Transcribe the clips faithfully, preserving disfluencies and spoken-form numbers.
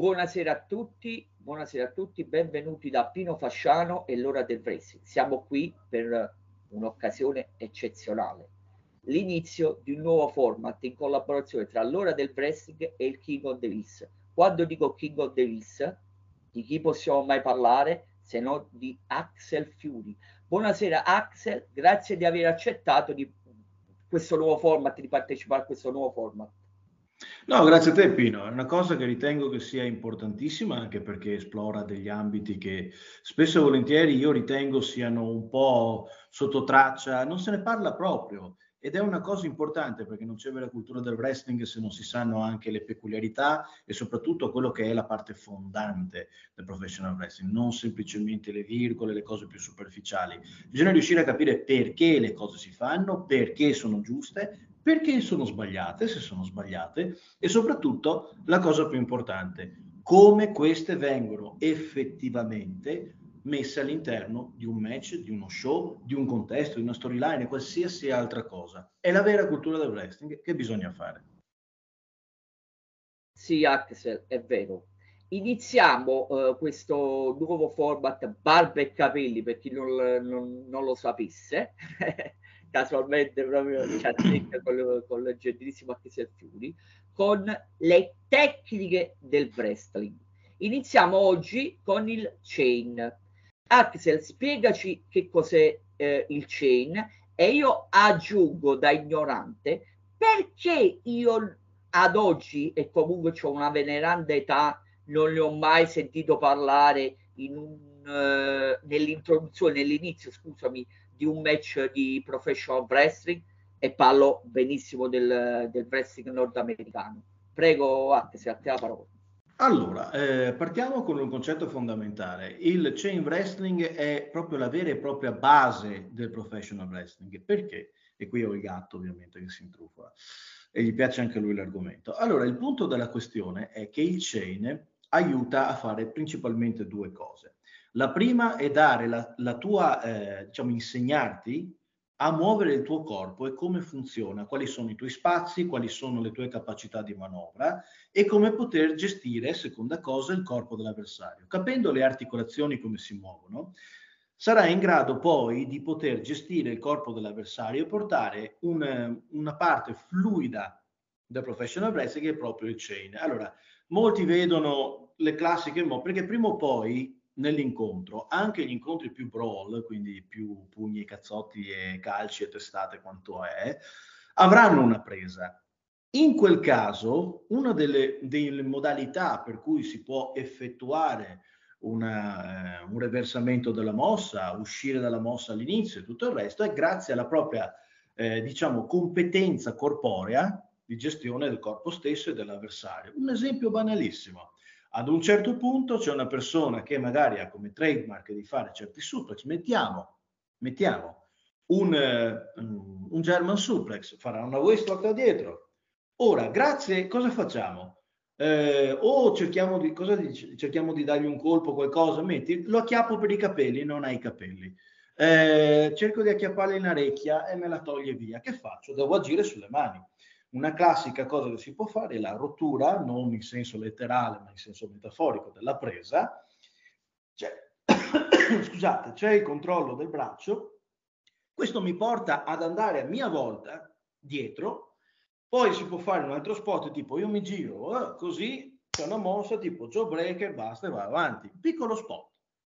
Buonasera a tutti, buonasera a tutti, benvenuti da Pino Fasciano e l'ora del wrestling. Siamo qui per un'occasione eccezionale, l'inizio di un nuovo format in collaborazione tra l'ora del wrestling e il King of the Hills. Quando dico King of the Hills, di chi possiamo mai parlare se non di Axel Fury. Buonasera Axel, grazie di aver accettato di questo nuovo format, di partecipare a questo nuovo format. No, grazie a te Pino, è una cosa che ritengo che sia importantissima anche perché esplora degli ambiti che spesso e volentieri io ritengo siano un po' sotto traccia, non se ne parla proprio ed è una cosa importante perché non c'è vera cultura del wrestling se non si sanno anche le peculiarità e soprattutto quello che è la parte fondante del professional wrestling, non semplicemente le virgole, le cose più superficiali. Bisogna riuscire a capire perché le cose si fanno, perché sono giuste, perché sono sbagliate, se sono sbagliate, e soprattutto la cosa più importante, come queste vengono effettivamente messe all'interno di un match, di uno show, di un contesto, di una storyline, qualsiasi altra cosa. È la vera cultura del wrestling che bisogna fare. Sì, Axel, è vero. Iniziamo uh, questo nuovo format barba e capelli per chi non, non, non lo sapesse. Casualmente proprio ci azzecca con, con il gentilissimo Axel Fiori, con le tecniche del wrestling. Iniziamo oggi con il chain. Axel, spiegaci che cos'è eh, il chain e io aggiungo da ignorante perché io ad oggi, e comunque ho una veneranda età, non ne ho mai sentito parlare in un, uh, nell'introduzione, nell'inizio, scusami, di un match di professional wrestling e parlo benissimo del, del wrestling nordamericano. Prego, Axel, a te la parola. Allora, eh, partiamo con un concetto fondamentale. Il chain wrestling è proprio la vera e propria base del professional wrestling. Perché? E qui ho il gatto ovviamente che si intrufola e gli piace anche a lui l'argomento. Allora, il punto della questione è che il chain aiuta a fare principalmente due cose. La prima è dare la, la tua, eh, diciamo, insegnarti a muovere il tuo corpo e come funziona, quali sono i tuoi spazi, quali sono le tue capacità di manovra e come poter gestire, seconda cosa, il corpo dell'avversario. Capendo le articolazioni come si muovono, sarai in grado poi di poter gestire il corpo dell'avversario e portare un, una parte fluida del professional wrestling che è proprio il chain. Allora, molti vedono le classiche mo, perché prima o poi nell'incontro, anche gli incontri più brawl, quindi più pugni, cazzotti e calci e testate quanto è, avranno una presa. In quel caso, una delle, delle modalità per cui si può effettuare una, eh, un reversamento della mossa, uscire dalla mossa all'inizio e tutto il resto, è grazie alla propria, eh, diciamo, competenza corporea di gestione del corpo stesso e dell'avversario. Un esempio banalissimo. Ad un certo punto c'è una persona che magari ha come trademark di fare certi suplex, mettiamo, mettiamo un, uh, un German suplex, farà una waistlock da dietro. Ora, grazie, cosa facciamo? Eh, o cerchiamo di, cosa dici? Cerchiamo di dargli un colpo, qualcosa, metti, lo acchiappo per i capelli, non ha i capelli. Eh, cerco di acchiapparla in orecchia e me la toglie via. Che faccio? Devo agire sulle mani. Una classica cosa che si può fare è la rottura, non in senso letterale, ma in senso metaforico della presa. C'è, scusate, c'è il controllo del braccio. Questo mi porta ad andare a mia volta dietro. Poi si può fare un altro spot tipo io mi giro, eh, così c'è una mossa tipo Joe Breaker, basta e va avanti. Piccolo spot.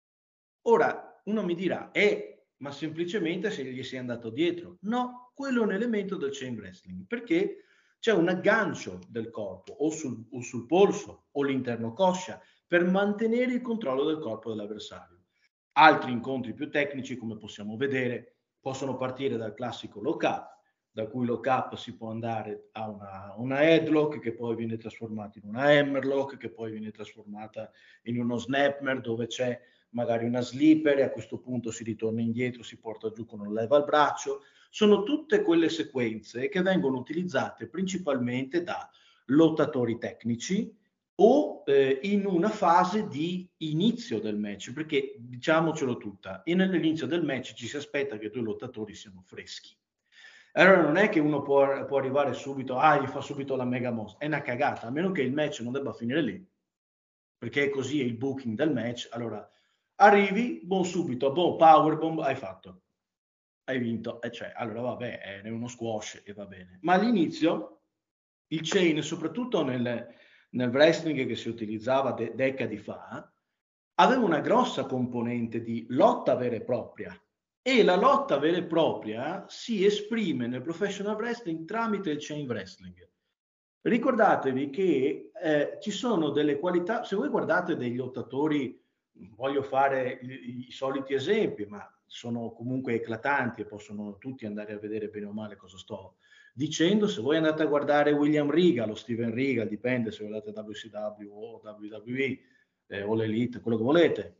Ora, uno mi dirà, eh, ma semplicemente se gli sei andato dietro. No, quello è un elemento del chain wrestling, perché c'è un aggancio del corpo o sul, o sul polso o l'interno coscia per mantenere il controllo del corpo dell'avversario. Altri incontri più tecnici, come possiamo vedere, possono partire dal classico lock up, da cui lock up si può andare a una, una headlock che poi viene trasformata in una hammerlock, che poi viene trasformata in uno snapmare dove c'è magari una slipper e a questo punto si ritorna indietro, si porta giù con un leva al braccio. Sono tutte quelle sequenze che vengono utilizzate principalmente da lottatori tecnici o eh, in una fase di inizio del match, perché diciamocelo tutta, nell'inizio del match ci si aspetta che i due lottatori siano freschi. Allora non è che uno può, può arrivare subito, ah, gli fa subito la mega mossa, è una cagata, a meno che il match non debba finire lì. perché è così è il booking del match. Allora arrivi, buon subito, buon powerbomb, hai fatto, hai vinto, e cioè, allora vabbè, è uno squash e va bene. Ma all'inizio il chain, soprattutto nel, nel wrestling che si utilizzava de- decadi fa, aveva una grossa componente di lotta vera e propria, e la lotta vera e propria si esprime nel professional wrestling tramite il chain wrestling. Ricordatevi che eh, ci sono delle qualità, se voi guardate dei lottatori, voglio fare i, i soliti esempi, ma sono comunque eclatanti e possono tutti andare a vedere bene o male cosa sto dicendo. Se voi andate a guardare William Regal o Steven Regal, dipende se guardate W C W o W W E eh, o l'Elite, quello che volete,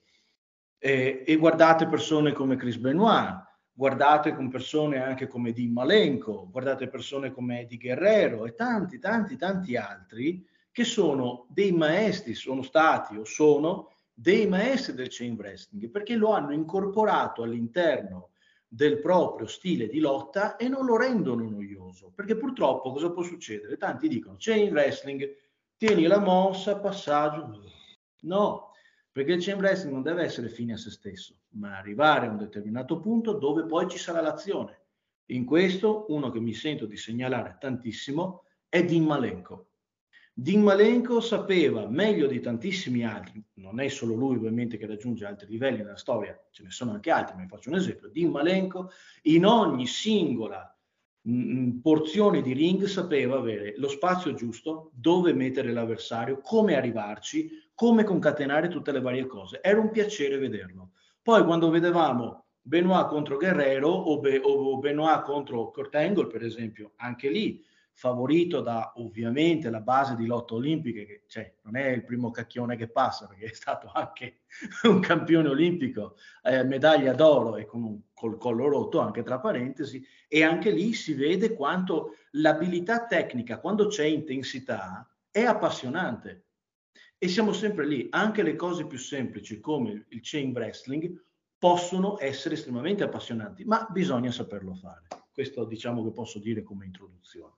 eh, e guardate persone come Chris Benoit, guardate con persone anche come Dean Malenko, guardate persone come Eddie Guerrero e tanti, tanti, tanti altri che sono dei maestri, sono stati o sono dei maestri del chain wrestling, perché lo hanno incorporato all'interno del proprio stile di lotta e non lo rendono noioso. Perché purtroppo cosa può succedere? Tanti dicono chain wrestling, tieni la mossa, passaggio. No, perché il chain wrestling non deve essere fine a se stesso, ma arrivare a un determinato punto dove poi ci sarà l'azione. In questo, uno che mi sento di segnalare tantissimo è Dean Malenko. Dean Malenko sapeva meglio di tantissimi altri, non è solo lui ovviamente che raggiunge altri livelli nella storia, ce ne sono anche altri, ma vi faccio un esempio. Dean Malenko in ogni singola mh, porzione di ring sapeva avere lo spazio giusto, dove mettere l'avversario, come arrivarci, come concatenare tutte le varie cose. Era un piacere vederlo. Poi quando vedevamo Benoit contro Guerrero o, Be- o Benoit contro Kurt Angle, per esempio, anche lì favorito da ovviamente la base di lotta olimpica, che cioè, non è il primo cacchione che passa, perché è stato anche un campione olimpico, eh, medaglia d'oro e con un, col collo rotto, anche tra parentesi, e anche lì si vede quanto l'abilità tecnica, quando c'è intensità, è appassionante. E siamo sempre lì, anche le cose più semplici come il chain wrestling possono essere estremamente appassionanti, ma bisogna saperlo fare. Questo diciamo che posso dire come introduzione.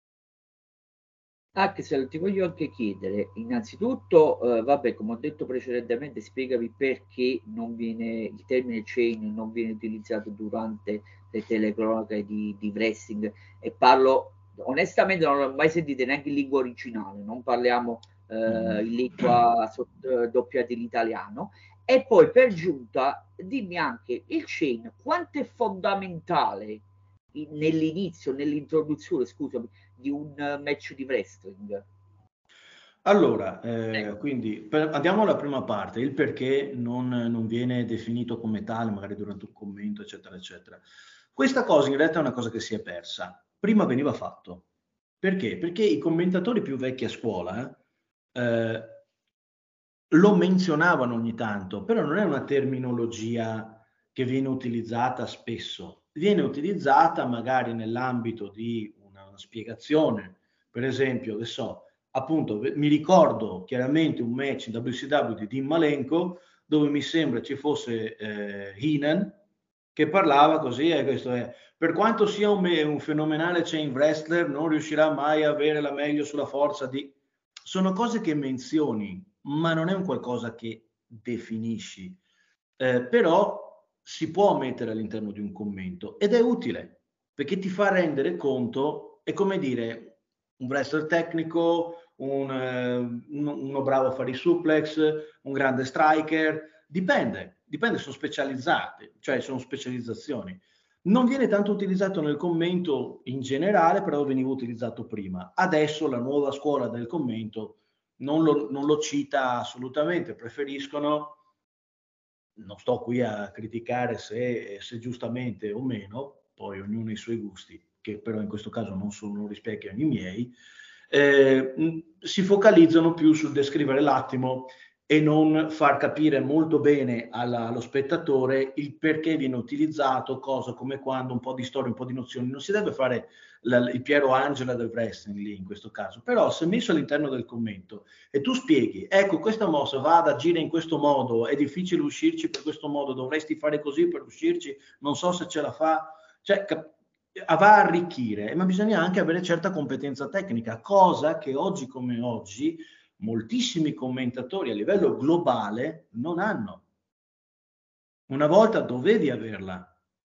Axel, ti voglio anche chiedere, innanzitutto, eh, vabbè, come ho detto precedentemente, spiegami perché non viene, il termine chain non viene utilizzato durante le telecronache di, di wrestling, e parlo, onestamente non l'ho mai sentito neanche in lingua originale, non parliamo eh, in lingua sott- eh, doppiata in italiano. E poi per giunta, dimmi anche, il chain quanto è fondamentale in- nell'inizio, nell'introduzione, scusami, di un match di wrestling? Allora, eh, quindi per- andiamo alla prima parte, il perché non, non viene definito come tale, magari durante un commento, eccetera, eccetera. Questa cosa in realtà è una cosa che si è persa. Prima veniva fatto. Perché? Perché i commentatori più vecchi a scuola eh, lo menzionavano ogni tanto, però non è una terminologia che viene utilizzata spesso. Viene utilizzata magari nell'ambito di una, una spiegazione. Per esempio, che so, appunto, mi ricordo chiaramente un match in W C W di Dean Malenko dove mi sembra ci fosse eh, Heenan che parlava così, e questo è, per quanto sia un, un fenomenale chain wrestler, non riuscirà mai a avere la meglio sulla forza di... Sono cose che menzioni, ma non è un qualcosa che definisci, eh, però si può mettere all'interno di un commento ed è utile perché ti fa rendere conto, è come dire un wrestler tecnico, un, eh, uno, uno bravo a fare i suplex, un grande striker, dipende, dipende, sono specializzate, cioè sono specializzazioni. Non viene tanto utilizzato nel commento in generale, però veniva utilizzato prima. Adesso la nuova scuola del commento non lo, non lo cita assolutamente, preferiscono, non sto qui a criticare se, se giustamente o meno, poi ognuno ha i suoi gusti, che però in questo caso non, sono, non rispecchiano i miei, eh, si focalizzano più sul descrivere l'attimo e non far capire molto bene alla, allo spettatore il perché viene utilizzato, cosa, come, quando, un po' di storia, un po' di nozioni. Non si deve fare la, il Piero Angela del wrestling lì in questo caso, però se messo all'interno del commento e tu spieghi, ecco questa mossa va ad agire in questo modo, è difficile uscirci per questo modo, dovresti fare così per uscirci, non so se ce la fa, cioè cap- va a arricchire, ma bisogna anche avere certa competenza tecnica, cosa che oggi come oggi moltissimi commentatori a livello globale non hanno. Una volta dovevi averla.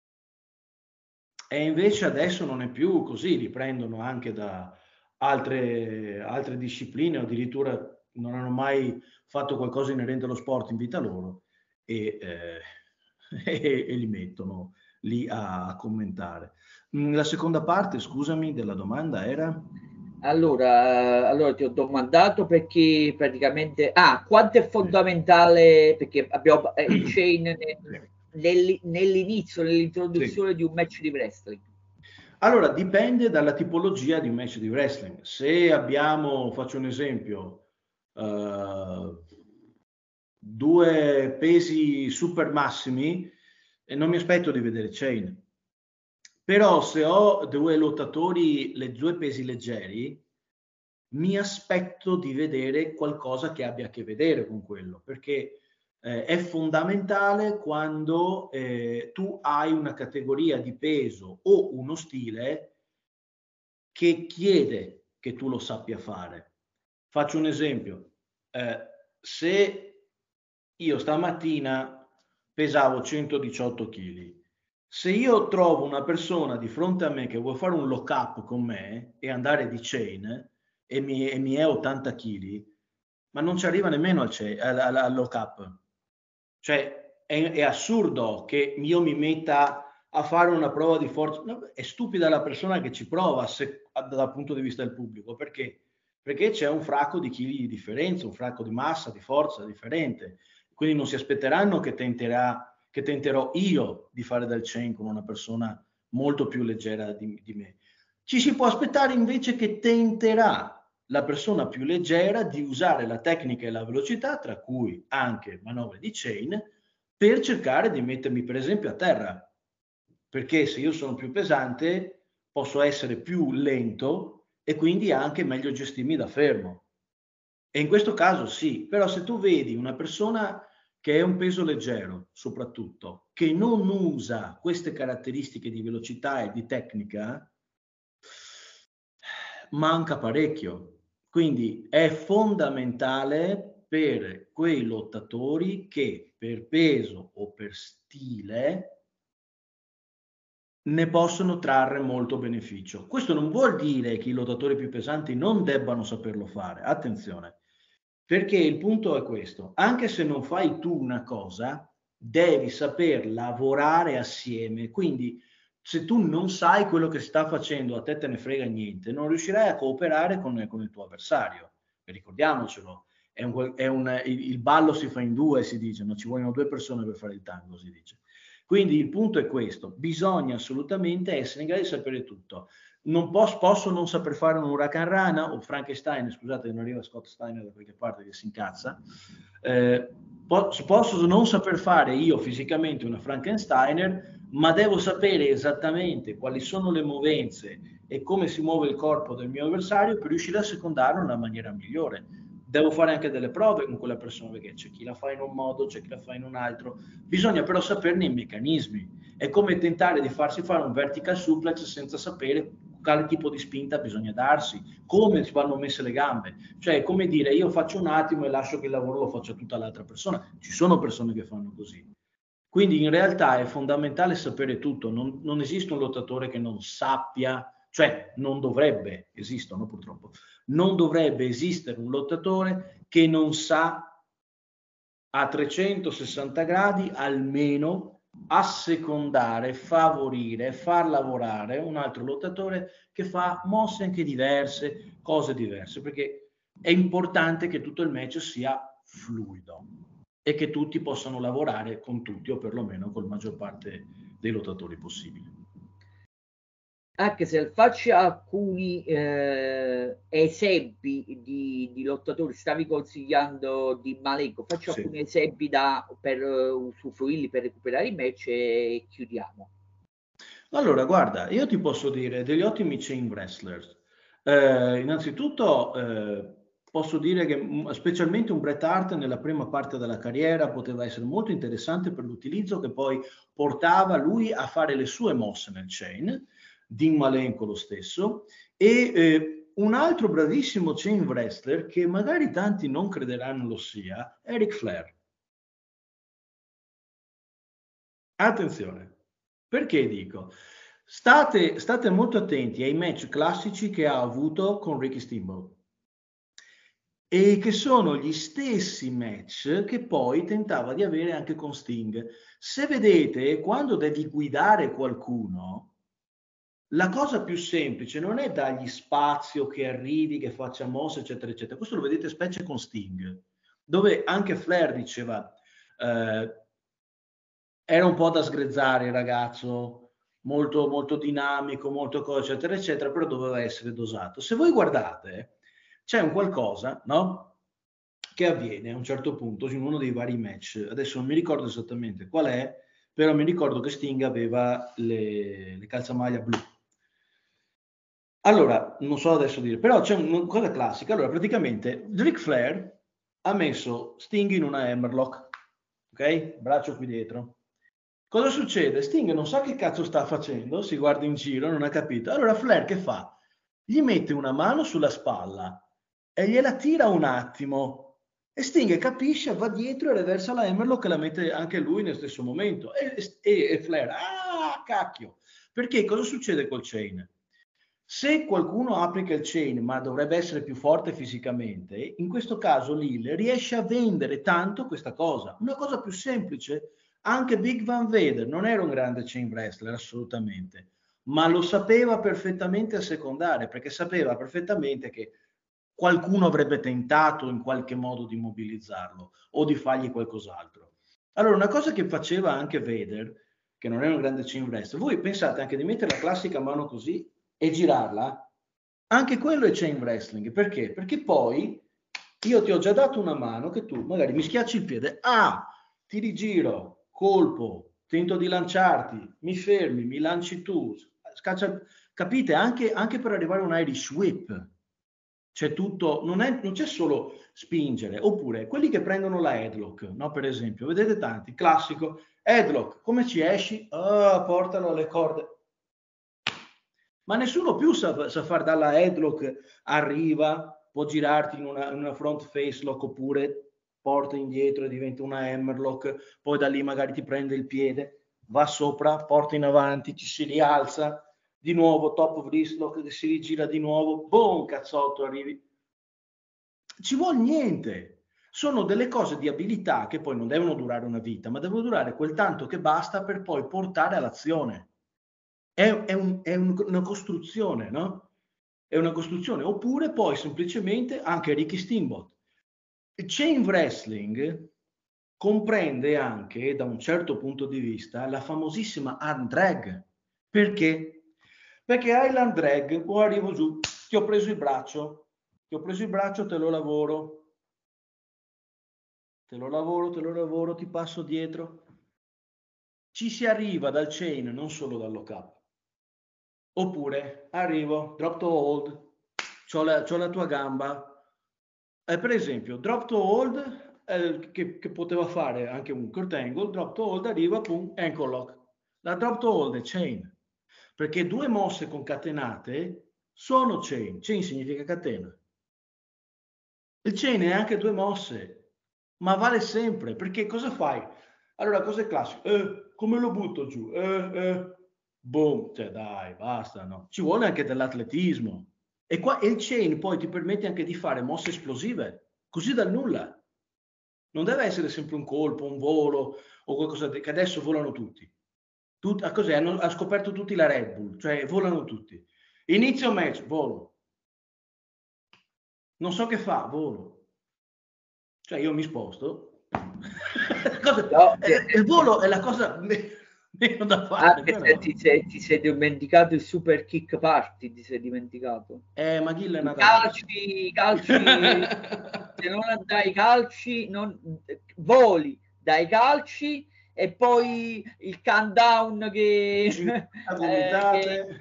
E invece adesso non è più così, li prendono anche da altre, altre discipline, o addirittura non hanno mai fatto qualcosa inerente allo sport in vita loro e, eh, e, e li mettono lì a, a commentare. La seconda parte, scusami, della domanda era? Allora, allora ti ho domandato perché praticamente, ah, quanto è fondamentale, perché abbiamo eh, il chain nel, nell, nell'inizio, nell'introduzione sì. di un match di wrestling. Allora, dipende dalla tipologia di un match di wrestling. Se abbiamo, faccio un esempio, uh, due pesi super massimi, e non mi aspetto di vedere chain. Però se ho due lottatori, le due pesi leggeri, mi aspetto di vedere qualcosa che abbia a che vedere con quello, perché eh, è fondamentale quando eh, tu hai una categoria di peso o uno stile che chiede che tu lo sappia fare. Faccio un esempio, eh, se io stamattina pesavo centodiciotto chili, se io trovo una persona di fronte a me che vuole fare un lock up con me e andare di chain e mi, e mi è ottanta chili, ma non ci arriva nemmeno al, al, al, al lock up. Cioè è, è assurdo che io mi metta a fare una prova di forza. No, è stupida la persona che ci prova se, dal punto di vista del pubblico. Perché? Perché c'è un fracco di chili di differenza, un fracco di massa, di forza differente. Quindi non si aspetteranno che tenterà che tenterò io di fare del chain con una persona molto più leggera di, di me. Ci si può aspettare invece che tenterà la persona più leggera di usare la tecnica e la velocità, tra cui anche manovre di chain, per cercare di mettermi per esempio a terra. Perché se io sono più pesante posso essere più lento e quindi anche meglio gestirmi da fermo. E in questo caso sì, però se tu vedi una persona che è un peso leggero, soprattutto, che non usa queste caratteristiche di velocità e di tecnica, manca parecchio. Quindi è fondamentale per quei lottatori che per peso o per stile ne possono trarre molto beneficio. Questo non vuol dire che i lottatori più pesanti non debbano saperlo fare, attenzione. Perché il punto è questo, anche se non fai tu una cosa, devi saper lavorare assieme, quindi se tu non sai quello che sta facendo, a te te ne frega niente, non riuscirai a cooperare con, con il tuo avversario, e ricordiamocelo, è un, è un, il, il ballo si fa in due, si dice, non ci vogliono due persone per fare il tango, si dice. Quindi il punto è questo, bisogna assolutamente essere in grado di sapere tutto. Non posso, posso non saper fare un Huracan Rana o Frankenstein, scusate che non arriva Scott Steiner da qualche parte che si incazza, eh, posso, posso non saper fare io fisicamente una Frankensteiner, ma devo sapere esattamente quali sono le movenze e come si muove il corpo del mio avversario per riuscire a secondarlo nella maniera migliore. Devo fare anche delle prove con quella persona, perché c'è chi la fa in un modo, c'è chi la fa in un altro, bisogna però saperne i meccanismi. È come tentare di farsi fare un vertical suplex senza sapere quale tipo di spinta bisogna darsi, come si vanno messe le gambe. Cioè è come dire io faccio un attimo e lascio che il lavoro lo faccia tutta l'altra persona. Ci sono persone che fanno così. Quindi in realtà è fondamentale sapere tutto, non, non esiste un lottatore che non sappia, cioè non dovrebbe, esistono purtroppo, non dovrebbe esistere un lottatore che non sa a trecentosessanta gradi almeno assecondare, favorire, far lavorare un altro lottatore che fa mosse anche diverse, cose diverse, perché è importante che tutto il match sia fluido e che tutti possano lavorare con tutti o perlomeno con la maggior parte dei lottatori possibili. Anche se faccio alcuni eh, esempi di, di lottatori, stavi consigliando di Malenko, faccio sì. alcuni esempi da, per uh, usufruirli per recuperare i match e chiudiamo. Allora, guarda, io ti posso dire degli ottimi chain wrestlers. Eh, innanzitutto eh, posso dire che specialmente un Bret Hart nella prima parte della carriera poteva essere molto interessante per l'utilizzo che poi portava lui a fare le sue mosse nel chain, Dean Malenko lo stesso, e eh, un altro bravissimo chain wrestler, che magari tanti non crederanno lo sia, è Ric Flair. Attenzione, perché dico? State, state molto attenti ai match classici che ha avuto con Ricky Steamboat, e che sono gli stessi match che poi tentava di avere anche con Sting. Se vedete, quando devi guidare qualcuno, la cosa più semplice non è dargli spazio, che arrivi, che faccia mosse, eccetera, eccetera. Questo lo vedete specie con Sting, dove anche Flair diceva eh, era un po' da sgrezzare il ragazzo, molto, molto dinamico, molto cosa, eccetera, eccetera, però doveva essere dosato. Se voi guardate, c'è un qualcosa, no? Che avviene a un certo punto in uno dei vari match. Adesso non mi ricordo esattamente qual è, però mi ricordo che Sting aveva le, le calzamaglia blu. Allora, non so adesso dire, però c'è una cosa classica. Allora, praticamente, Ric Flair ha messo Sting in una hammerlock, ok? Braccio qui dietro. Cosa succede? Sting non sa che cazzo sta facendo, si guarda in giro, non ha capito. Allora Flair che fa? Gli mette una mano sulla spalla e gliela tira un attimo. E Sting capisce, va dietro e reversa la hammerlock e la mette anche lui nel stesso momento. E, e, e Flair, ah, cacchio! Perché cosa succede col chain? Se qualcuno applica il chain ma dovrebbe essere più forte fisicamente, in questo caso Lil riesce a vendere tanto questa cosa. Una cosa più semplice, anche Big Van Vader non era un grande chain wrestler assolutamente, ma lo sapeva perfettamente assecondare, perché sapeva perfettamente che qualcuno avrebbe tentato in qualche modo di mobilizzarlo o di fargli qualcos'altro. Allora, una cosa che faceva anche Vader, che non era un grande chain wrestler, voi pensate anche di mettere la classica mano così e girarla? Anche quello è chain wrestling. Perché? Perché poi io ti ho già dato una mano che tu magari mi schiacci il piede, ah, ti rigiro, colpo, tento di lanciarti, mi fermi, mi lanci tu, scaccia, capite? Anche, anche per arrivare a un Irish whip c'è tutto, non, è, non c'è solo spingere, oppure quelli che prendono la headlock, no? Per esempio, vedete tanti, classico, headlock, come ci esci? Oh, portalo alle corde. Ma nessuno più sa, sa far dalla headlock, arriva, può girarti in una, in una front face lock, oppure porta indietro e diventa una hammerlock, poi da lì magari ti prende il piede, va sopra, porta in avanti, ci si rialza, di nuovo top of wrist lock, si rigira di nuovo, boom, cazzotto, arrivi. Ci vuole niente. Sono delle cose di abilità che poi non devono durare una vita, ma devono durare quel tanto che basta per poi portare all'azione. È, è, un, è un, una costruzione, no? È una costruzione. Oppure poi semplicemente anche Ricky Steamboat. Il chain wrestling comprende anche, da un certo punto di vista, la famosissima arm drag. Perché? Perché hai l'arm drag, poi arrivo giù, ti ho preso il braccio, ti ho preso il braccio, te lo lavoro, te lo lavoro, te lo lavoro, ti passo dietro. Ci si arriva dal chain, non solo dal lock up. Oppure arrivo, drop to hold, c'ho la, c'ho la tua gamba. Eh, per esempio, drop to hold, eh, che, che poteva fare anche un Kurt Angle, drop to hold, arriva, pum, ankle lock. La drop to hold è chain, perché due mosse concatenate sono chain. Chain significa catena. Il chain è anche due mosse, ma vale sempre, perché cosa fai? Allora, cosa è classico? Eh, come lo butto giù? Eh, eh. Boom, cioè dai, basta, no? Ci vuole anche dell'atletismo. E qua il chain poi ti permette anche di fare mosse esplosive, così dal nulla. Non deve essere sempre un colpo, un volo o qualcosa che adesso volano tutti. Tut, a cos'è? Hanno, ha scoperto tutti la Red Bull, cioè volano tutti. Inizio match, volo. Non so che fa, volo. Cioè io mi sposto. cosa, No, eh, il volo è la cosa meno da fare, anche però. se ti sei, ti sei dimenticato il super kick party, ti sei dimenticato. Eh, ma Ghill è I nata calci, i calci, se non dai calci, non, voli dai calci e poi il countdown che, eh, che...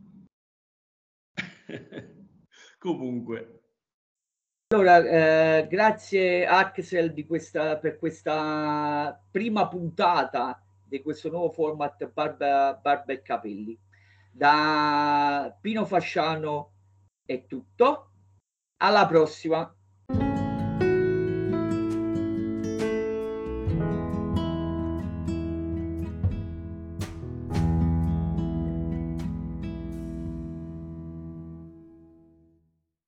Comunque. Allora, eh, grazie Axel di questa, per questa prima puntata di questo nuovo format Barba, Barba e Capelli. Da Pino Fasciano è tutto. Alla prossima.